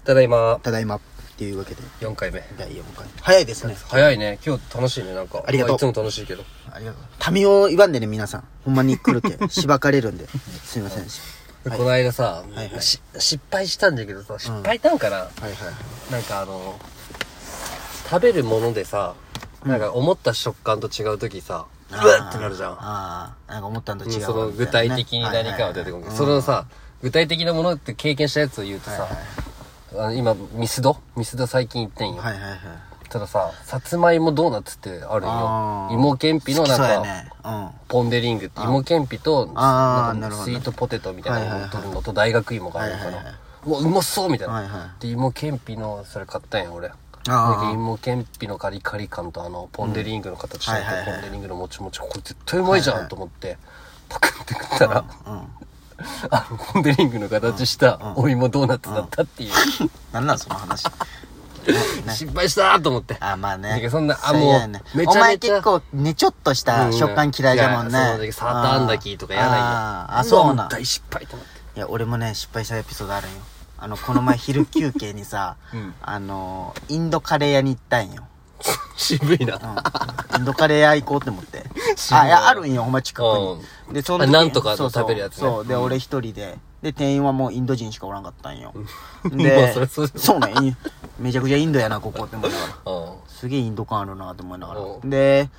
ただいまっていうわけで 4回目。 第4回早いですね。 早いね。今日楽しいね。なんかありがとう。 いつも楽しいけど。 ありがとう。民を言わんでね、皆さんほんまに来るけしばかれるんですいません。 この間さ、 はいはい失敗したんだけどさ、失敗なんかな、 はいはいなんか食べるものでさ、なんか思った食感と違う時さ、うわってなるじゃん。 なんか思ったんと違う、 その具体的に何かは出てこない。そのさ、具体的なものって経験したやつを言うとさ、今ミスド最近行ってんよ。 はいはいはい。 たださ、さつまいもドーナツってあるんよ。芋けんぴのなんか、ポンデリングって芋けんぴと、なんかスイートポテトみたいなのを取るのと大学芋があるから、うわ、うまそうみたいな。で、芋けんぴの、それ買ったんよ、俺。芋けんぴのカリカリ感とポンデリングの形してポンデリングのもちもち、これ絶対うまいじゃんと思って、パクって食ったら、ポンデリングの形したお芋ドーナツだったっていう。 なんなんその話。 失敗したーと思って。 まあね。 そんな、もう、めちゃめちゃ。 お前結構ねちょっとした食感嫌いだもんね。 そう、サーターアンダギーとかやないよ。 そうなん。 大失敗と思って。 いや、俺もね、失敗したエピソードあるんよ。この前昼休憩にさ、インドカレー屋に行ったんよ。 渋いな。 インドカレー屋行こうって思って。いや、あるんよ、ほんま近くに。で、その時なんとか食べるやつね。 そう、で、俺一人で。で、店員はもうインド人しかおらんかったんよ。で、そうね、めちゃくちゃインドやな、ここって思いながら。すげえインド感あるなって思いながら。で、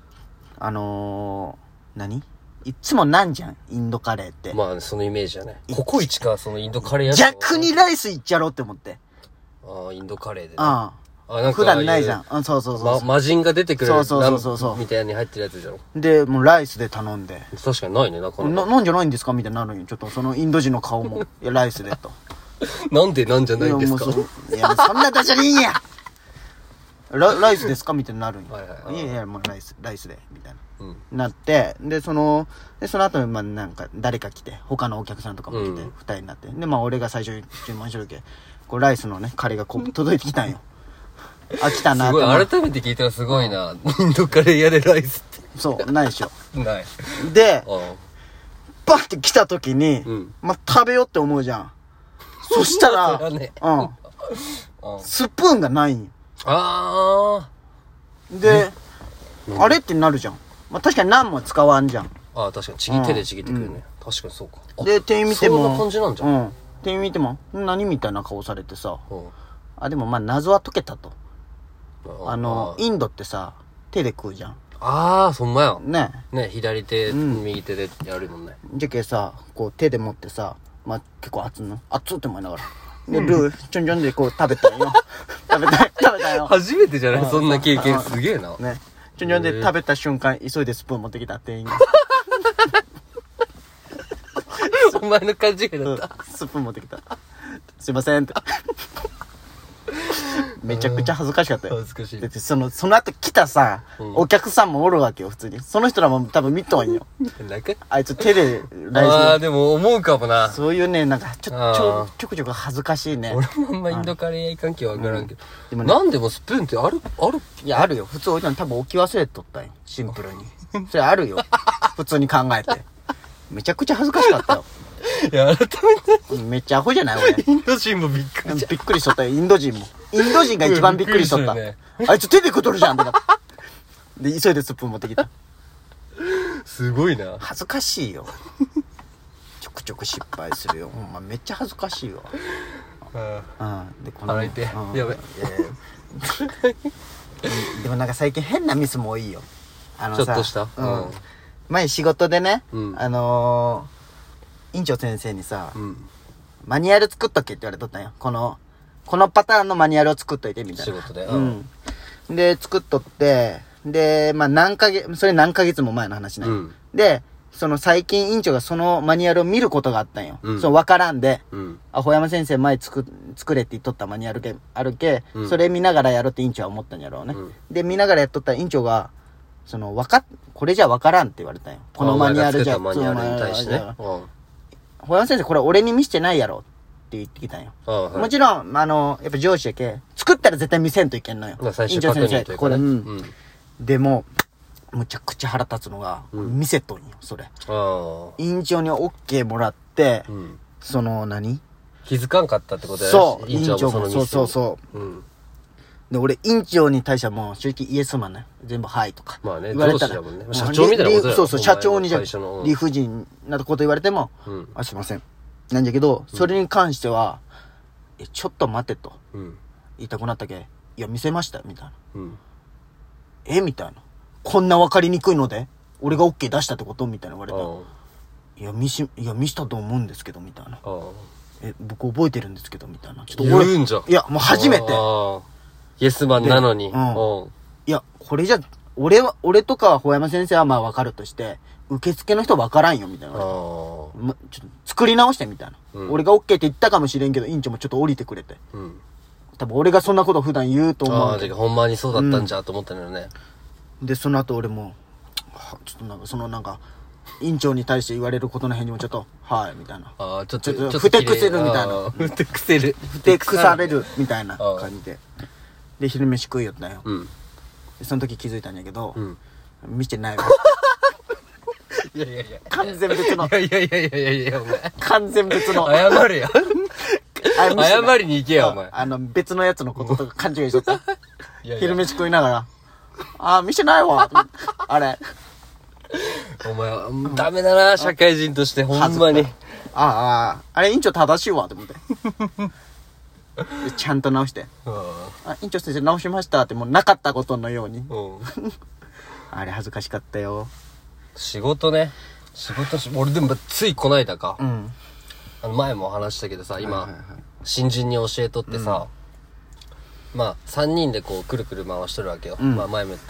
何いつもなんじゃん、インドカレーって。 まあ、そのイメージやね。ココイチか、そのインドカレーやつ。 逆にライスいっちゃろうって思って。 インドカレーでね。 なんか普段ないじゃん。そう。 魔人が出てくる。 そう。 みたいに入ってるやつじゃん。 で、もうライスで頼んで。 確かにないね、なかなか。 なんじゃないんですかみたいになるんよ。ちょっとそのインド人の顔も。いや、ライスでと。 なんでなんじゃないんですかいや、そんなダジャレいいんやライスですかみたいになるんよ。いや、もうライスで、みたいな。なって、で、その後、なんか、誰か来て、他のお客さんとかも来て、二人になって。で、俺が最初に注文しとけ、ライスのね、カレーが届いてきたんよ。来たなって。 すごい、改めて聞いたらすごいな。インドカレー屋でライスって。 そう、ないでしょ。 ない。 で、バッて来た時に、食べようって思うじゃん。そしたら、スプーンがないんよ。で、あれってなるじゃん。確かに何も使わんじゃん。 確かに手でちぎってくるね。確かにそうか。 で、店員見ても。 そんな感じなんじゃん。 店員見ても、何みたいな顔されてさ。でも謎は解けたと。インドってさ、手で食うじゃん。 そんまや。 ね、 左手、右手でやるもんね。 じゃけさ、こう手で持ってさ、結構熱って思いながら。で、ルー、ちょんちょんでこう食べたよ。食べたよ。 初めてじゃないそんな経験すげえな。 ね。ちょんちょんで食べた瞬間、急いでスプーン持ってきた店員が。 お前の感じがだった。 スプーン持ってきた。すいませんって。めちゃくちゃ恥ずかしかったよ。 恥ずかしい。 だってその後来たさ、お客さんもおるわけよ、普通に。その人らも多分見とんよ。あいつ手でライス。でも思うかもな。 そういうね、なんかちょくちょく恥ずかしいね。 俺もあんまインドカレー屋関係わからんけど。でもなんでもスプーンってあるいや、あるよ。普通置いたの多分置き忘れとったんよ。シンプルに。それあるよ。普通に考えて。めちゃくちゃ恥ずかしかったよ。 いや、改めて。 めっちゃアホじゃない俺。 インド人もびっくりした。 びっくりしとったよ、インド人も。インド人が一番びっくりしとった。あいつ手で食うとるじゃんってなって。で、急いでスプーン持ってきた。 すごいな。 恥ずかしいよ。ちょくちょく失敗するよ。ほんまめっちゃ恥ずかしいわ。で、 洗いて。やべ。 でもなんか最近変なミスも多いよ。 ちょっとした。 前仕事でね、院長先生にさ、マニュアル作っとけって言われとったんよ。このパターンのマニュアルを作っといてみたいな。 仕事で。 で、作っとって、で、それ何ヶ月も前の話ね。で、その最近院長がそのマニュアルを見ることがあったんよ。わからんで、ほやま先生前作れって言っとったマニュアルあるけ、それ見ながらやろうって院長は思ったんやろうね。で、見ながらやっとったら院長が、これじゃわからんって言われたんよ。このマニュアルじゃ。 マニュアルに対してね。 ほやま先生これ俺に見せてないやろって言ってきたんよ。もちろん、やっぱ上司やけ、作ったら絶対見せんといけんのよ。 院長先生、 これ、でも、むちゃくちゃ腹立つのが、見せとんよ、それ。院長に OK もらって、 気づかんかったってことやそう、 院長もそう。で、俺、院長に対してはもう、正直イエスマンね。全部、はいとか。 まあね、 言われたら。 社長みたいなことだよ。 そう、社長にじゃ理不尽なこと言われても、すいません。なんだけど、それに関しては、ちょっと待てと。言いたくなったけ。いや、見せました、みたいな。みたいな。こんな分かりにくいので、俺が OK 出したってことみたいな言われた。いや、見したと思うんですけど、みたいな。僕覚えてるんですけど、みたいな。 ちょっと言うんじゃん。 いや、もう初めて。 イエスマンなのに。 いや、これじゃ、俺とか小山先生はまあ分かるとして、受付の人分からんよ、みたいな。ちょっと作り直して、みたいな。俺が OK って言ったかもしれんけど、院長もちょっと降りてくれて。多分俺がそんなこと普段言うと思う。 ほんまにそうだったんじゃと思ったのよね。 で、その後俺も、ちょっとなんか、院長に対して言われることの辺にもちょっと、はい、みたいな。ちょっと、ふてくせるみたいな。 ふてくせる。 ふてくされるみたいな感じで。で、昼飯食いよったよ。その時気づいたんやけど、見てないわ。 いや。 完全別の。 いや、お前。 完全別の。 謝れよ。謝りに行けよ、お前。 別のやつのこととか勘違いしとった。昼飯食いながら、見てないわ。あれ。 お前、ダメだな、社会人として、ほんまに。 あれ、院長正しいわ、と思って。ちゃんと直して。院長先生直しましたってもうなかったことのように。あれ恥ずかしかったよ。 仕事俺でもついこないだか。前も話したけどさ、今、新人に教えとってさ、まあ、3人でこう、くるくる回しとるわけよ。まあ、前も言った、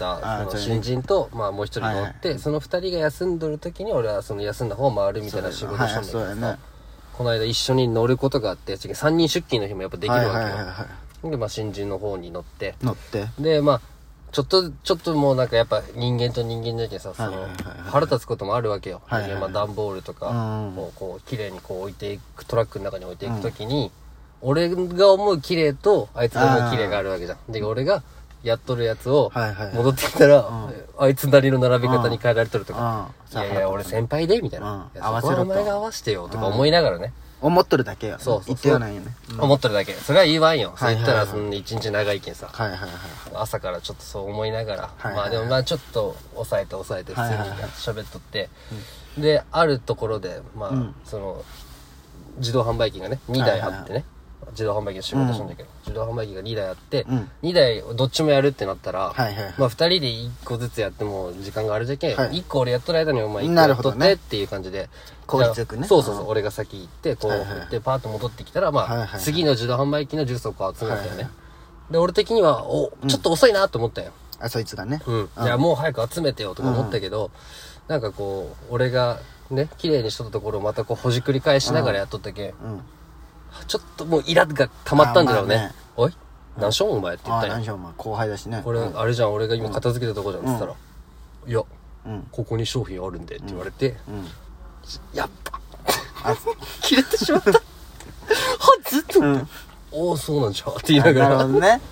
新人と、まあ、もう一人乗って、その2人が休んどる時に、俺はその休んだ方を回るみたいな仕事しとんだけどさ、この間一緒に乗ることがあって、3人出勤の日もやっぱできるわけよ。で、まあ、新人の方に乗って。で、まあ、ちょっともうなんかやっぱ人間と人間じゃけさ、腹立つこともあるわけよ。まあ、段ボールとかをこう、綺麗にこう置いていく、トラックの中に置いていくときに、俺が思う綺麗と、あいつが思う綺麗があるわけじゃん。で、俺がやっとるやつを、戻ってきたら、あいつなりの並び方に変えられとるとか、いや、俺先輩でみたいな。そこはお前が合わせてよ、とか思いながらね。 思っとるだけよ。 そう。 言ってはないよね。 思っとるだけ。それは言わんよ。そう言ったら、そんな一日長いけんさ。朝からちょっとそう思いながら。まあでもまあちょっと抑えて普通に喋っとって。で、あるところで、まあ、その、自動販売機がね、2台あってね。自動販売機の仕事したんだけど、自動販売機が2台あって、2台どっちもやるってなったら、まあ2人で1個ずつやっても時間があるじゃけん、1個俺やっとる間にお前1個やっとってっていう感じで、 効率よくね。 そう、俺が先行って、こう振ってパーッと戻ってきたら、まあ、次の自動販売機のジュースをこう集めたよね。で、俺的には、ちょっと遅いなと思ったよ。 そいつがね。 いや、もう早く集めてよとか思ったけど、なんかこう、俺がね、綺麗にしとったところをまたこう、ほじくり返しながらやっとったけん、ちょっともうイラが溜まったんだろうね。おい何しょんお前って言ったよ。 何しょんお前後輩だしね。 これ、あれじゃん、俺が今片付けたとこじゃんって言ったら、いや、ここに商品あるんでって言われて、やっぱ、切れてしまった。はずっと思って、おお、そうなんじゃって言いながら。 なるほどね。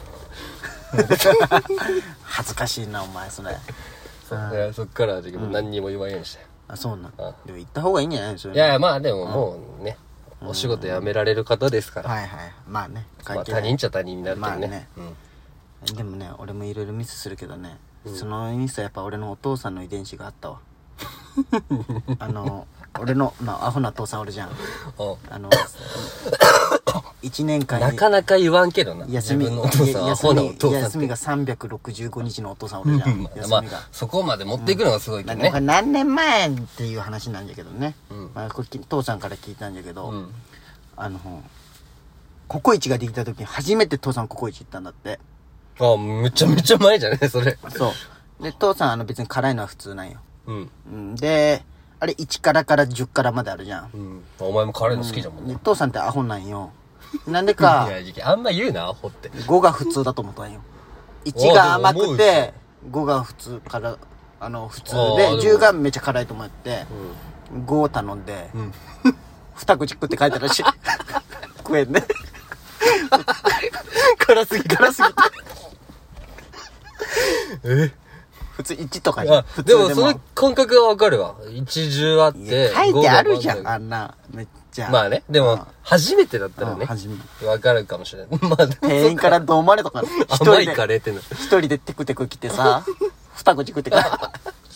恥ずかしいな、お前、それ。 そっから何にも言わんようにして。 そうなん。でも言った方がいいんじゃないいや、まあでももうね、お仕事辞められる方ですから。 まあね。 他人っちゃ他人になるけどね。 でもね、俺もいろいろミスするけどね、そのミスはやっぱ俺のお父さんの遺伝子があったわ。俺の、まあ、アホな父さんおるじゃん。1年間なかなか言わんけどな。 休み、 自分のお父さん、アホなお父さん。 休みが365日のお父さんおるじゃん。 まあ、そこまで持っていくのがすごいけどね。 何年前っていう話なんだけどね。まあ、これ父さんから聞いたんだけど、ココイチができた時に初めて父さんココイチ行ったんだって。 めちゃめちゃ前じゃねそれ。 そう。で、父さん別に辛いのは普通なんよ。で、あれ1から10からまであるじゃん。 お前も辛いの好きじゃんもんね。 父さんってアホなんよ。なんでか、 いや、あんま言うな、アホって。 5が普通だと思ったんよ。1が甘くて、5が普通から、普通で、10がめっちゃ辛いと思って、5を頼んで、2口食って帰ったらしい。食えんね。辛すぎて。普通1とかじゃん。 でもその感覚はわかるわ。1、10あって。 書いてあるじゃん、あんな。 じゃあ。 まあね。でも、初めてだったらね。 初めて。 わかるかもしれない。まあ、 店員からどう思われとか、 甘いカレーっての。 一人でテクテク来てさ、二口食ってから。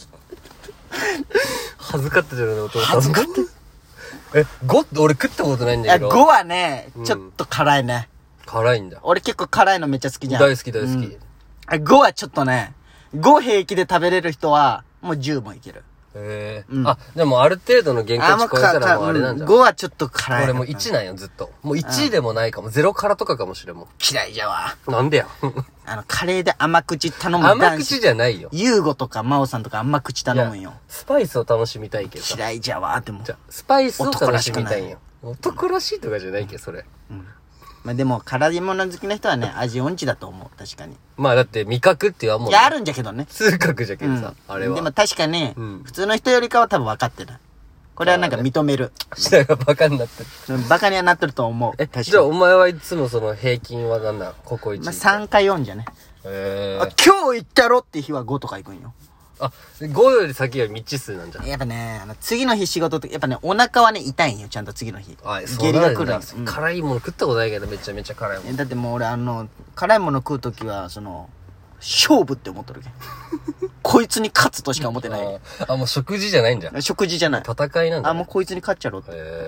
恥ずかったじゃない、お父さん。恥ずかった。5って俺食ったことないんだけど。 5はね、ちょっと辛いね。 辛いんだ。 俺結構辛いのめっちゃ好きじゃん。 大好き大好き。 5はちょっとね、5平気で食べれる人は、もう10もいける。 あ、でもある程度の限界値超えたらもうあれなんじゃん。 5はちょっと辛い。 俺もう1なんよ、ずっと。もう1でもないかも。0辛とかかもしれんもん。 嫌いじゃわ。 なんでや。 カレーで甘口頼む男子。 甘口じゃないよ。 ユーゴとかマオさんとか甘口頼むんよ。 スパイスを楽しみたいけどさ。 嫌いじゃわ、でも。 スパイスを楽しみたいんよ。男らしいとかじゃないけど、それ。 まあでも、辛いもの好きな人はね、味音痴だと思う、確かに。 まあだって味覚って言わんもん。 いや、あるんじゃけどね。 痛覚じゃけどさ、あれは。 でも確かに、普通の人よりかは多分分かってない。これはなんか認める。 舌がバカになってる。バカにはなってると思う。確かに。 じゃあお前はいつもその平均は何なんここ1。 まあ3か4じゃね。今日行ったろって日は5とか行くんよ。 あ、5より先は未知数なんじゃん。 やっぱね、次の日仕事って、やっぱね、お腹はね、痛いんよ、ちゃんと次の日。 下痢が来るんです。辛いもの食ったことないけど、めちゃめちゃ辛いもん。 だってもう俺辛いもの食うときは、勝負って思っとるけん。こいつに勝つとしか思ってない。 もう食事じゃないんじゃん。 食事じゃない。 戦いなんだ。 もうこいつに勝っちゃろって。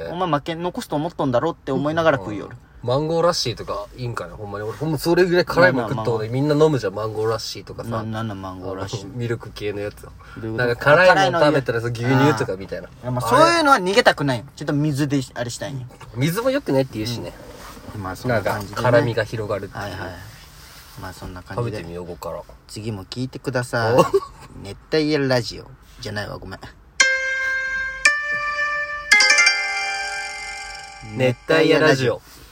お前負け残すと思っとんだろって思いながら食いよる。 マンゴーラッシーとかいいんかなほんまに。俺ほんまそれぐらい辛いもん食ったことない。みんな飲むじゃん、マンゴーラッシーとかさ。 なんだマンゴーラッシー。 ミルク系のやつ。なんか辛いの食べたら牛乳とかみたいな。 そういうのは逃げたくないよ。ちょっと水であれしたいんよ。 水も良くないって言うしね。 まあそんな感じで。 辛みが広がるっていう。 はいはい。まあそんな感じで。 食べてみよう、ここから。 次も聞いてください。熱帯夜ラジオ。じゃないわ、ごめん。 熱帯夜ラジオ。